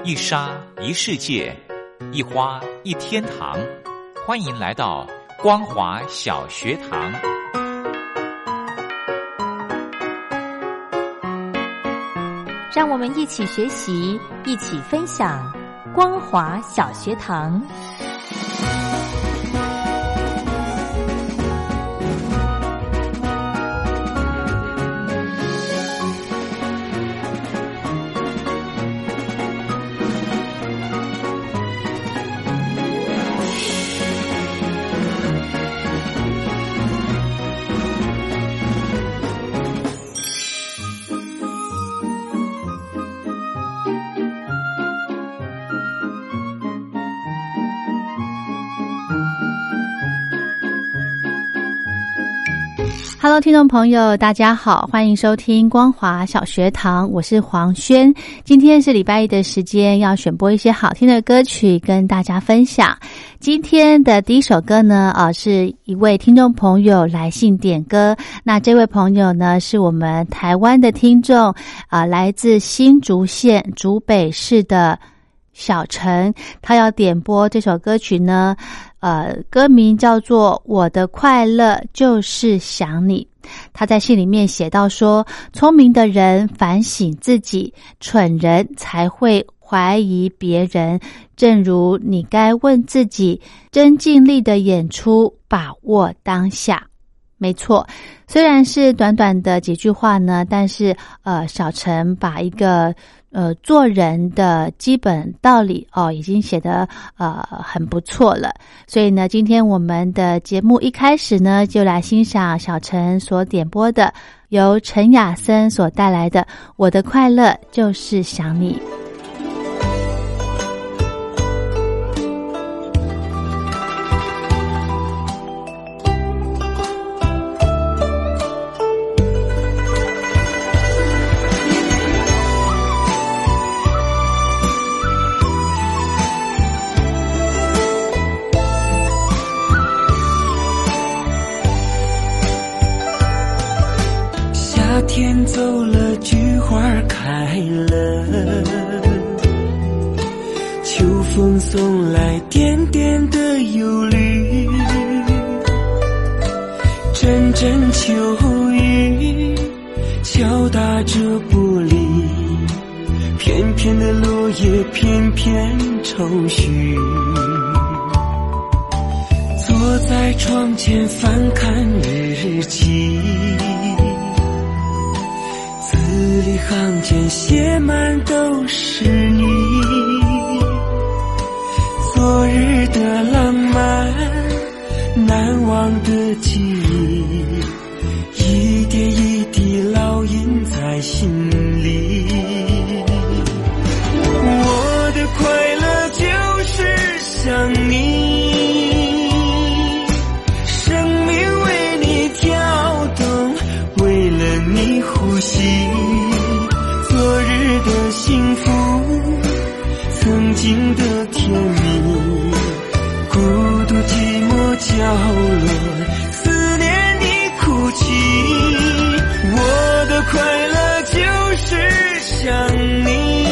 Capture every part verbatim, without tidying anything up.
一沙一世界，一花一天堂。欢迎来到光华小学堂。 让我们一起学习，一起分享光华小学堂。Hello， 听众朋友，大家好，欢迎收听光华小学堂，我是黄轩。今天是礼拜一的时间，要选播一些好听的歌曲跟大家分享。今天的第一首歌呢，呃，是一位听众朋友来信点歌。那这位朋友呢，是我们台湾的听众，啊、呃，来自新竹县竹北市的小陈，他要点播这首歌曲呢，呃，歌名叫做《我的快乐就是想你》。他在信里面写到说，聪明的人反省自己，蠢人才会怀疑别人。正如你该问自己，真尽力的演出，把握当下。没错，虽然是短短的几句话呢，但是呃，小陈把一个呃做人的基本道理哦，已经写得呃很不错了。所以呢，今天我们的节目一开始呢，就来欣赏小陈所点播的，由陈雅森所带来的《我的快乐就是想你》。 天走了，菊花开了，秋风送来点点的忧虑，阵阵秋雨敲打着玻璃，片片的落叶片片愁绪，坐在窗前翻看日记，字里行间写满都是你，昨日的浪漫，难忘的记忆，一点一滴烙印在心里。我的快乐就是想你，生命为你跳动，为了你呼吸，昨日的幸福，曾经的甜蜜，孤独寂寞角落，思念你哭泣。我的快乐就是想你，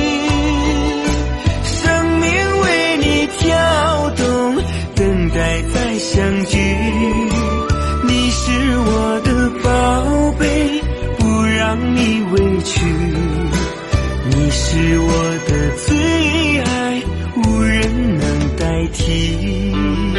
生命为你跳动，等待再相聚。你是我的宝贝，不让你委屈，你是我的最爱，无人能代替。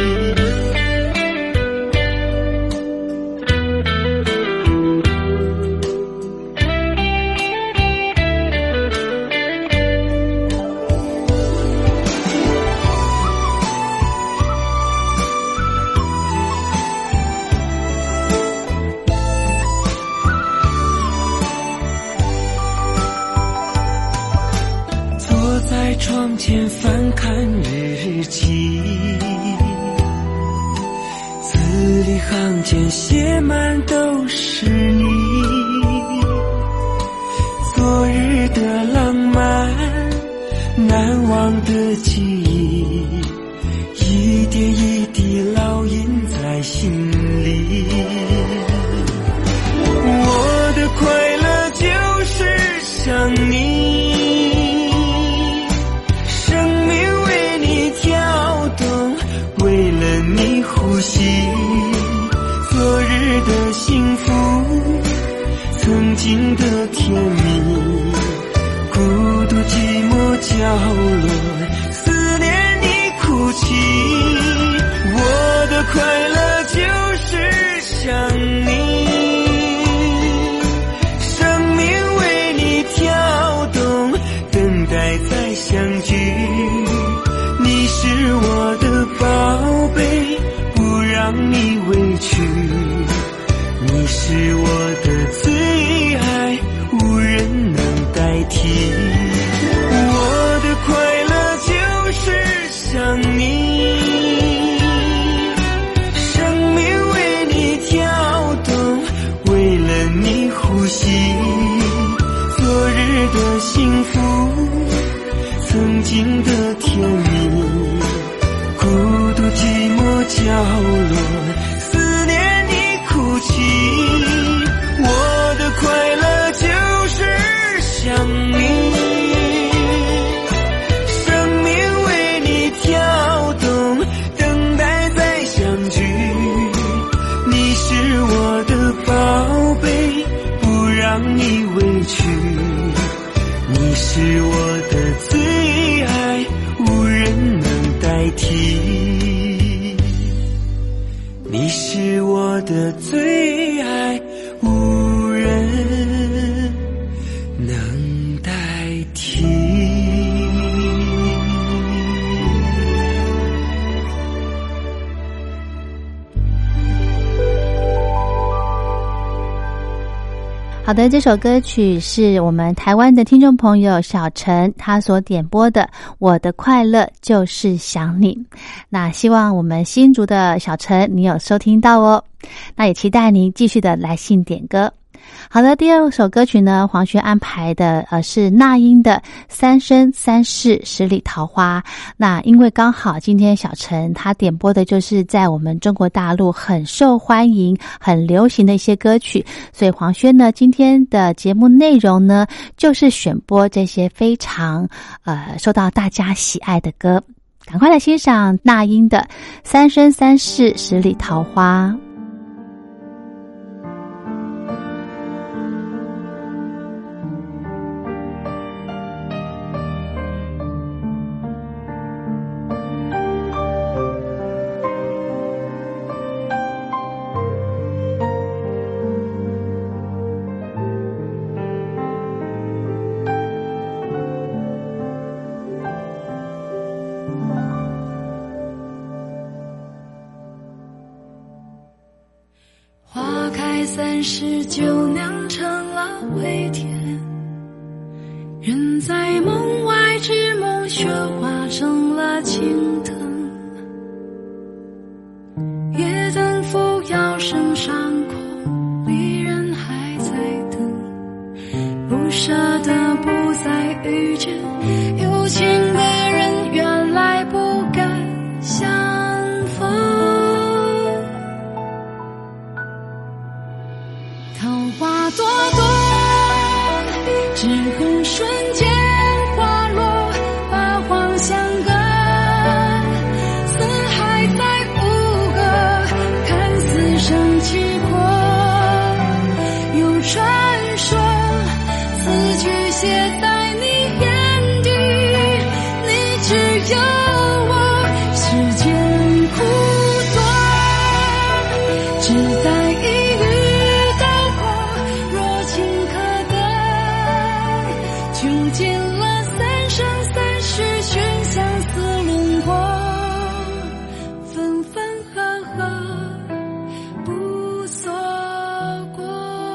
窗前翻看日记，字里行间写满都是你，昨日的浪漫，难忘的记忆，一点一滴烙印在心里。我的快乐就是想你， 经的甜蜜，孤独寂寞角落，思念你哭泣。我的快乐就是想你，生命为你跳动，等待再相聚。你是我的宝贝，不让你委屈。你是我的最爱，无人能代替。我的快乐就是想你，生命为你跳动，为了你呼吸。昨日的幸福，曾经的甜蜜，孤独寂寞角落，思念你哭泣。我的快乐就是想你，生命为你跳动，等待再相聚。你是我的宝贝，不让你委屈。你是我的最爱，无人能代替。你是我的最爱，无人能代替。 好的，这首歌曲是我们台湾的听众朋友小陈他所点播的，我的快乐就是想你。那希望我们新竹的小陈你有收听到哦，那也期待您继续的来信点歌。好的，第二首歌曲呢，黄轩安排的呃是那英的三生三世十里桃花。那因为刚好今天小陈他点播的就是在我们中国大陆很受欢迎很流行的一些歌曲，所以黄轩呢今天的节目内容呢就是选播这些非常呃受到大家喜爱的歌。赶快来欣赏那英的三生三世十里桃花。 三十就酿成了微甜，人在梦外之梦雪化成了青藤，夜灯扶摇升上空，离人还在等，不舍得不再遇见，有情的人原来不敢相逢。桃花朵朵，只恨瞬间花落，发黄相隔，四海再无个，看似生气过。有传说，字句写在你眼底，你只有我，时间苦短，只在一缕就见了三生三世寻相思轮廓，分分合合不错过。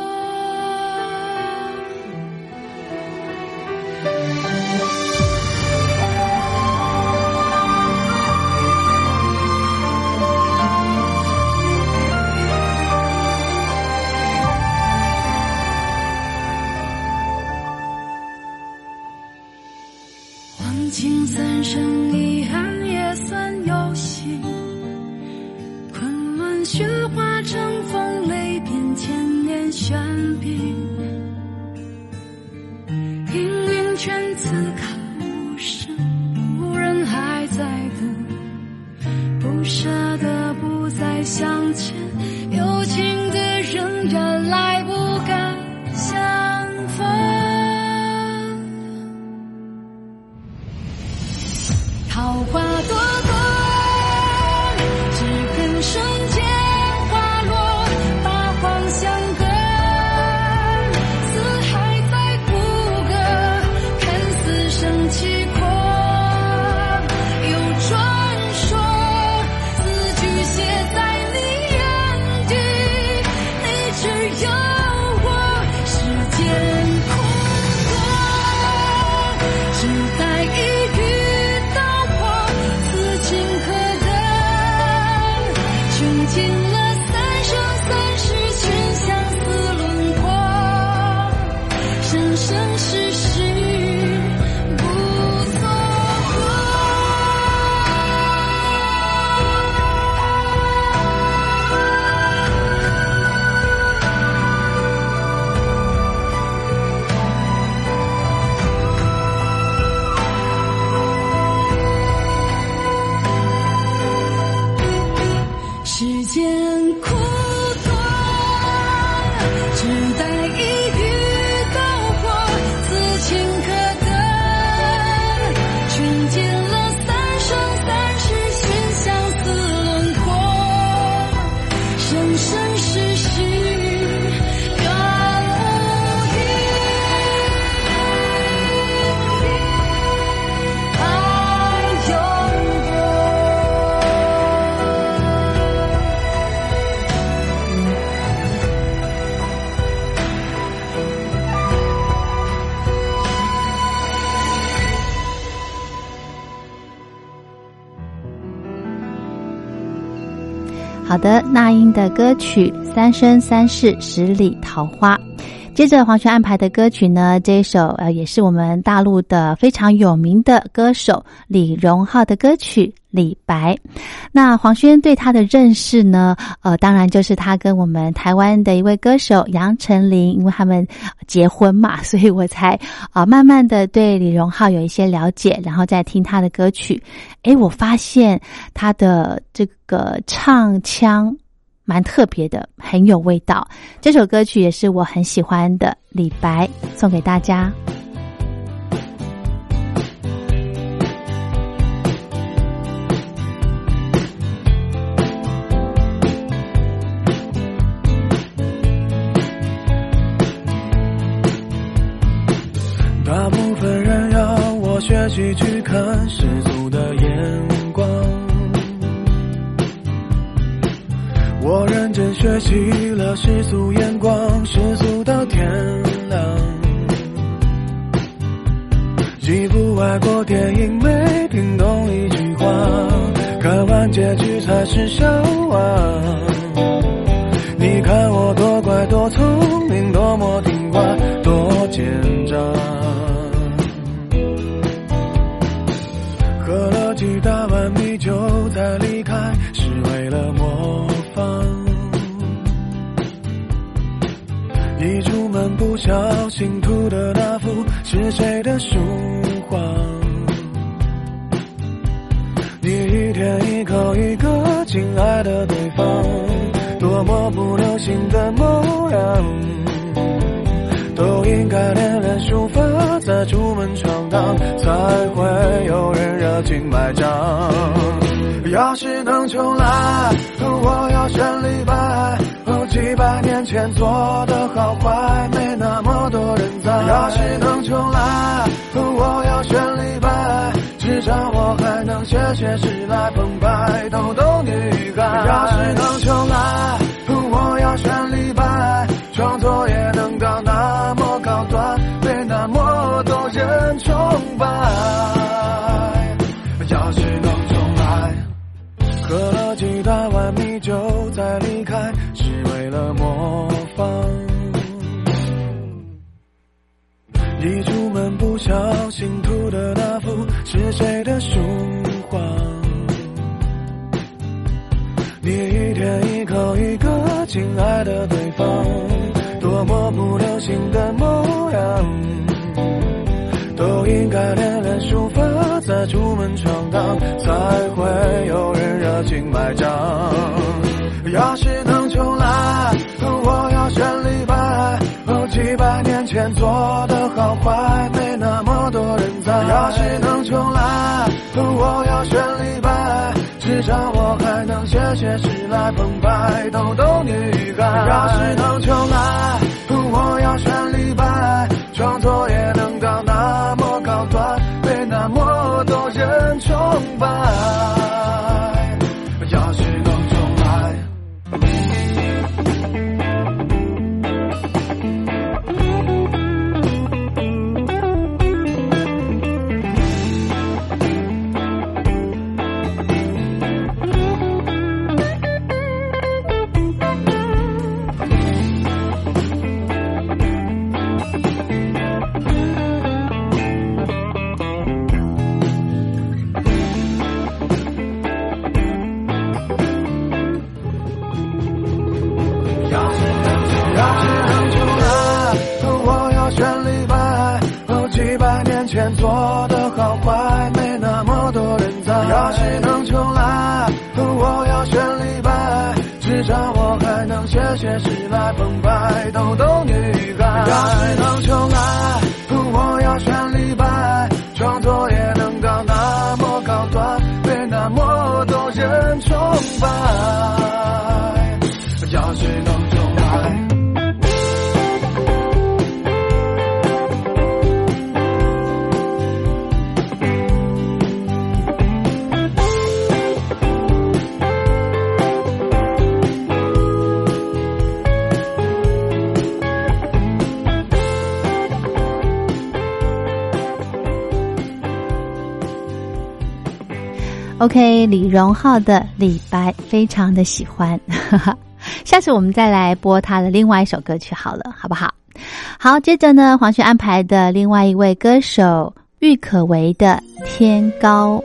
忘情三生遗憾也算有幸，昆仑雪花成风，泪变千年悬冰，阴云圈此看无声，无人还在等，不舍得不再相见，有情的人原来不敢相生世世不错过。时间苦短，只待一遇刀火，此情可等。寻见了三生三世，寻相思轮廓，生生世世缘无依，爱永隔。 好的，那英的歌曲《三生三世十里桃花》。接着黄轩安排的歌曲呢，这一首呃也是我们大陆的非常有名的歌手李荣浩的歌曲《李白》。那黄轩对他的认识呢，呃当然就是他跟我们台湾的一位歌手杨丞琳，因为他们结婚嘛，所以我才啊、呃、慢慢的对李荣浩有一些了解，然后再听他的歌曲。诶，我发现他的这个唱腔蛮特别的，很有味道。这首歌曲也是我很喜欢的，《李白》送给大家。 大部分人要我学习去看世俗的眼光，我认真学习了世俗眼光，世俗到天亮。一部外国电影没听懂一句话，看完结局才是笑话。你看我多乖多聪明，多么听话，多奸诈。喝了几大碗米酒才离开，是为了模仿。一出门不小心涂的那幅是谁的书画？你一天一口一个亲爱的对方，多么不流行的模样，都应该练练书法，再出门闯荡，才会有人热情买账。要是能重来，我要选李白。几百年前做的好坏，没那么多人在。要是能重来，我要选李白，至少我还能写写诗来澎湃逗逗女孩。要是能重来，我要选李白，创作也能到那么高端，被那么多人崇拜。要是能重来，喝了几大碗米酒再离开，是为了模仿。一出门不小心涂的那幅是谁的书画？你一天一口一个亲爱的对方，多么不流行的模样，都应该练练书法，再出门闯荡，才会有人热情买账。要是能重来，我要选李白。几百年前做的好坏，没那么多人在。要是能重来，我要选李白，至少我还能写写诗来澎湃逗逗女孩。要是能重来，我要选李白，创作也能到那么高端，被那么多人崇拜。要是能重来， 李白，哦，几百年前做的好坏，没那么多人在。要是能重来，我要选李白，至少我还能写写诗来澎湃逗逗女孩。要是能重来，我要选李白，创作也能到那么高端，被那么多人崇拜。要是能重来。 OK， 李荣浩的李白非常的喜欢下次我们再来播他的另外一首歌曲好了，好不好？好，接着呢，黄轩安排的另外一位歌手郁可唯的天高。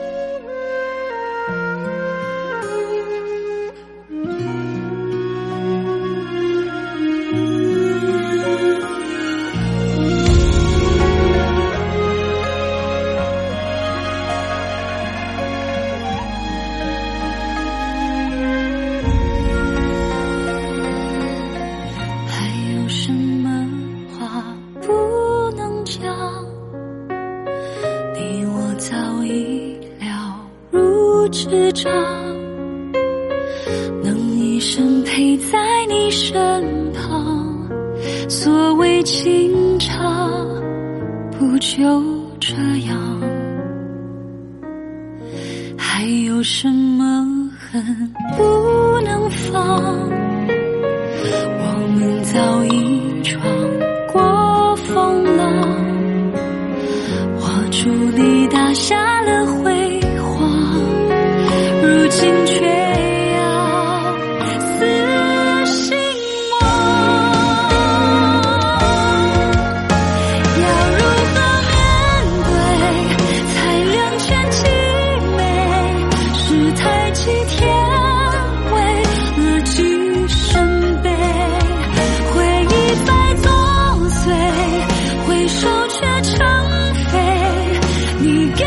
能一生陪在你身旁，所谓情长不就这样？还有什么恨不能放？我们早已闯过风浪，我祝你打下了辉煌，如今却要死心亡。要如何面对才两全其美？是太极天为了几生悲，回忆在作祟，回首却成飞。你给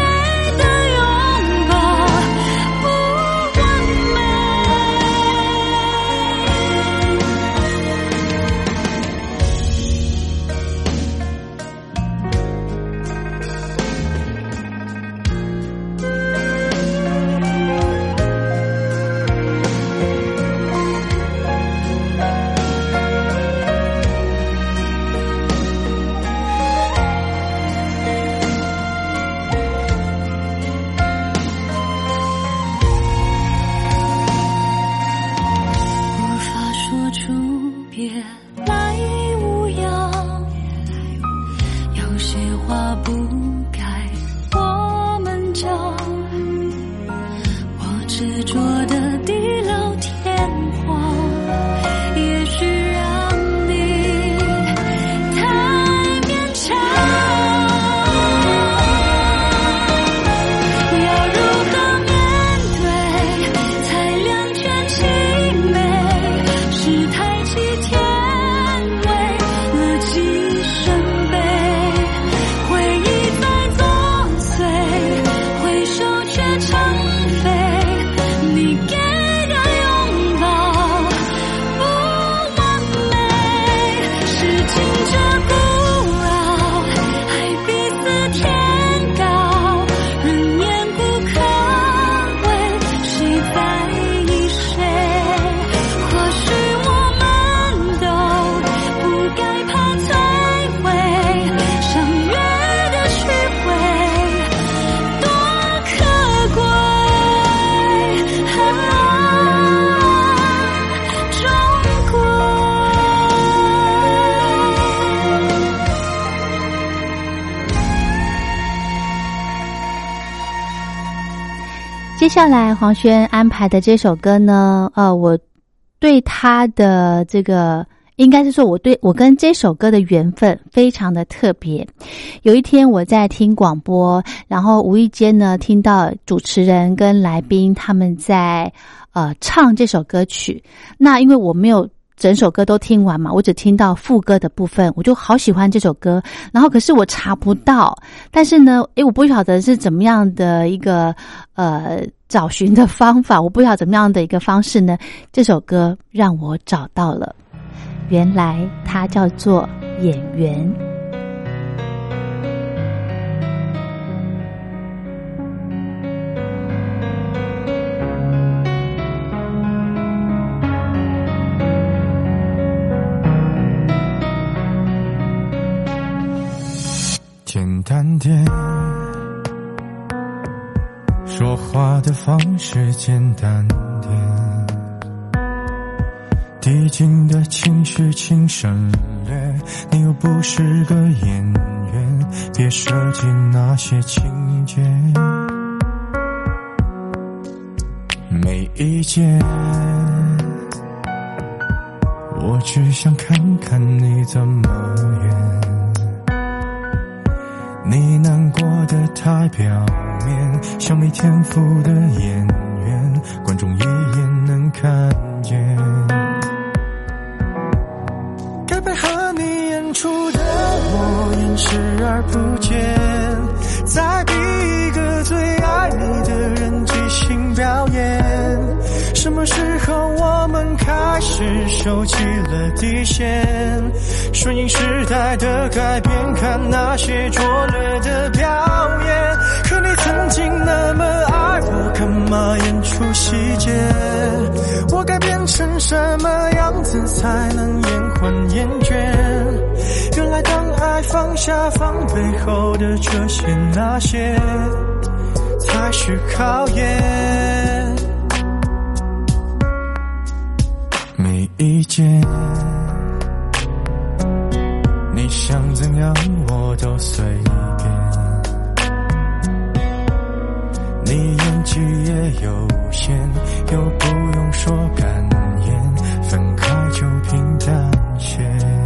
接下来黄轩安排的这首歌呢，呃，我对他的这个应该是说我对我跟这首歌的缘分非常的特别。有一天我在听广播，然后无意间呢听到主持人跟来宾他们在呃唱这首歌曲。那因为我没有整首歌都听完嘛，我只听到副歌的部分，我就好喜欢这首歌，然后可是我查不到，但是呢诶我不晓得是怎么样的一个呃找寻的方法，我不晓得怎么样的一个方式呢，这首歌让我找到了，原来它叫做演员。 简单点，说话的方式简单点，递进的情绪请省略，你又不是个演员，别设计那些情节。没意见，我只想看看你怎么演，你难过的太表面，像没天赋的演员，观众一眼能看见。该配合你演出的我演视而不见，再逼一个最爱你的人即兴表演。什么时候我们开始收起了底线，顺应时代的改变，看那些拙劣的表演。可你曾经那么爱我，干嘛演出细节？我该变成什么样子才能延缓厌倦？原来当爱放下放背后的这些那些才是考验。没意见，你想怎样我都随便，你演技也有限，又不用说感言，分开就平淡些。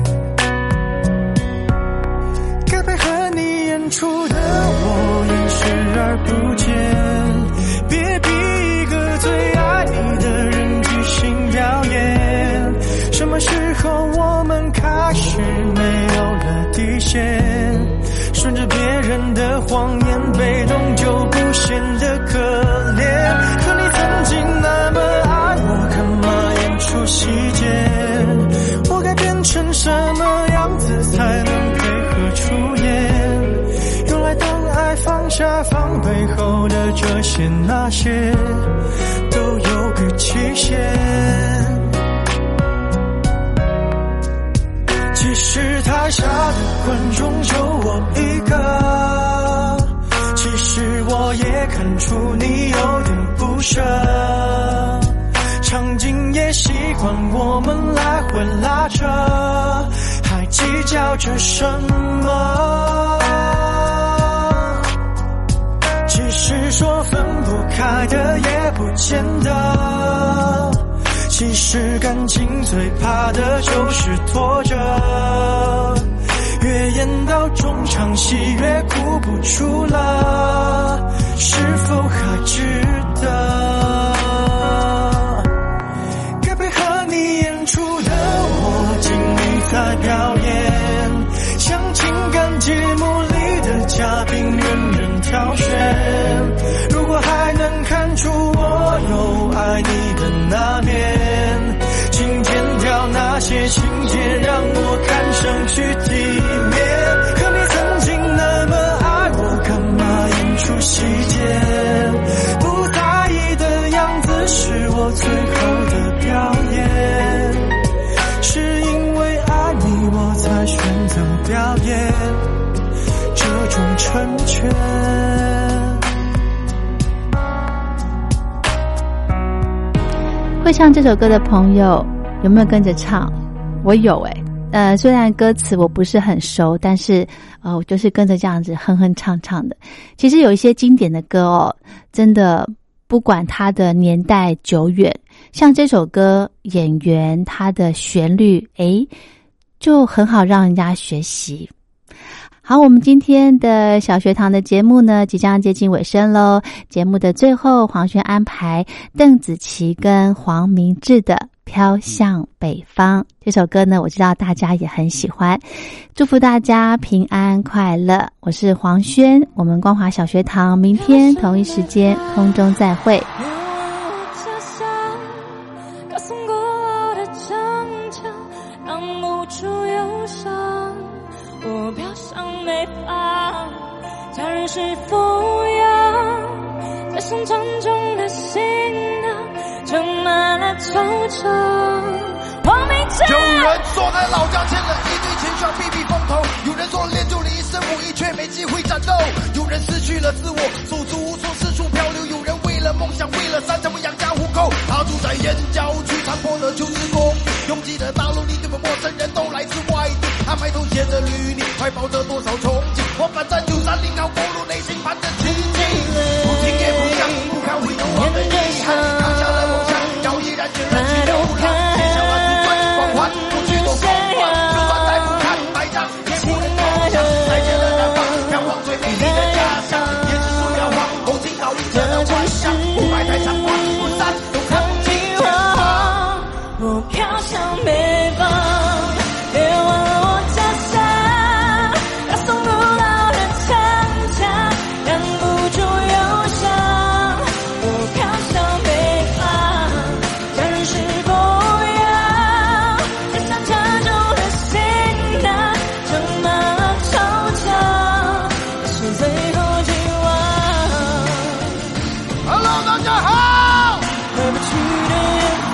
该配合你演出的我演视而不见，别逼一个最爱你的人即兴表演。什么时候我们开始没有了底线，顺着别人的谎言，被动就不显得可怜。可你曾经那么爱我，干嘛演出细节？我该变成什么样子才能配合出演？原来当爱放下放背后的这些那些都有个期限。其实台下的观众就我一个，其实我也看出你有点不舍，场景也习惯我们来回拉扯，还计较着什么？其实说分不开的也不见得，其实感情最怕的就是拖着，越演到中场戏越哭不出了，是否还值得？该配合你演出的我尽力在表演，像情感节目里的嘉宾任人挑选。如果还能看出我有爱你的那面，请剪掉那些情节，让我看上去体面。可你曾经那么爱我，干嘛演出细节？不在意的样子是我最后的表演，是因为爱你我才选择表演这种成全。 会唱这首歌的朋友有没有跟着唱？我有诶、欸、呃，虽然歌词我不是很熟，但是呃，我就是跟着这样子哼哼唱唱的。其实有一些经典的歌哦，真的不管它的年代久远，像这首歌演员它的旋律诶就很好让人家学习。好，我们今天的小学堂的节目呢即将接近尾声咯。节目的最后，黄轩安排邓紫棋跟黄明志的飘向北方。这首歌呢，我知道大家也很喜欢，祝福大家平安快乐。我是黄轩，我们光华小学堂明天同一时间空中再会。 我飘向北方，家人是否要在生产中的心啊，盛满了惆怅。黄明志， 有人说在老家欠了一堆钱需要避避风头，有人说练就了一身武艺却没机会战斗，有人失去了自我手足无措四处漂流，有人为了梦想为了山成为养家糊口。他住在燕郊区残破的旧时公寓，拥挤的大楼里对面陌生人都来自外地，他埋头写着履历，怀抱着多少憧憬，我反战九三零号公路内心盼着奇迹，不听也不想不看回头望的遗憾，扛下了梦想要毅然决然去流浪，接下了自尊光环不去多风光，就算再不看百丈也不能投降，再见了南方飘往最美丽的家乡，也是树摇晃后听到一切的幻想，不白太阳光不散都看不清前方， 我飘向北方，别忘了我家乡，那松古老的城墙挡不住忧伤。我飘向北方，家人是否要在山茶中的心啊，盛满了惆怅，这是最后期望。 Hello， 大家好。 回不去的远方。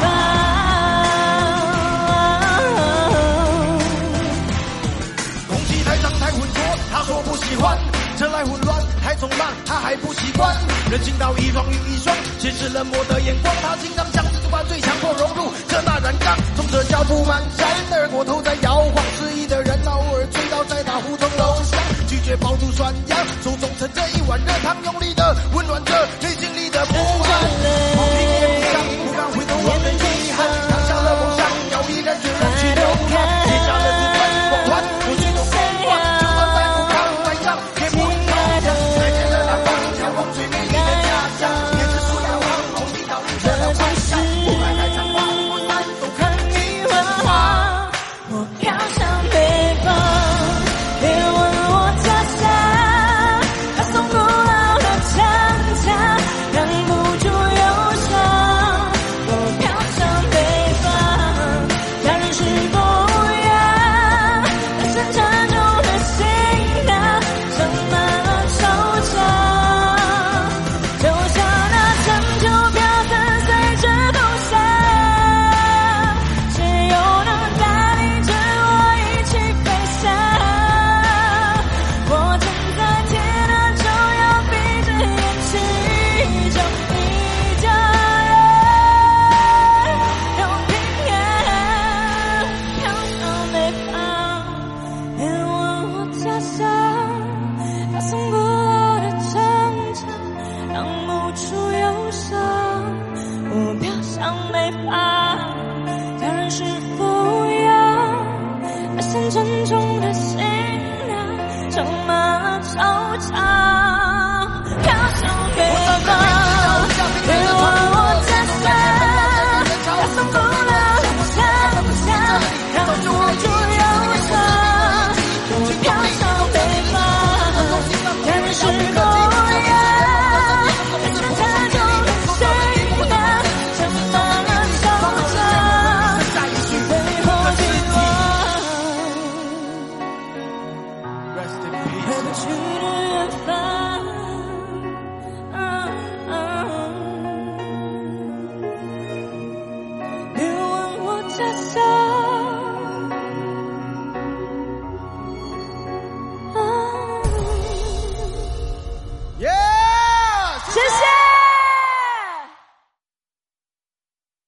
他说不喜欢，车来混乱太匆忙，他还不习惯。人行道一双又一双，现实冷漠的眼光，他经常像蜘蛛般最强迫融入这大染缸。从这脚步蹒跚，而过头在摇晃，失意的人偶尔醉倒在那胡同楼下，拒绝抱住涮羊，手中盛着一碗热汤，用力的温暖着内心里的不安。不听也不想，不敢回头望的遗憾，扛下了梦想，要毅然决然去流浪，接下了自尊光环不去多风光，就算再不看百丈也不能投降，再见了南方眺望最美丽的家乡，也是树摇晃后听到一切的幻想，不白太阳光不散都看你文化。 我飘向北方，别忘了我家乡，那松古老的城墙挡不住忧伤。我飘向北方，家人是否要在山茶中的心啊，盛满了惆怅，就像那长久飘散随着风向，谁又能带领着我一起飞翔？我站在天的中央，闭着眼祈求你家人有平安，飘向北方，别忘我家乡，那松古老的城墙挡不住忧伤。我飘向北方，家人是否要在深沉中的心啊，盛满了惆怅。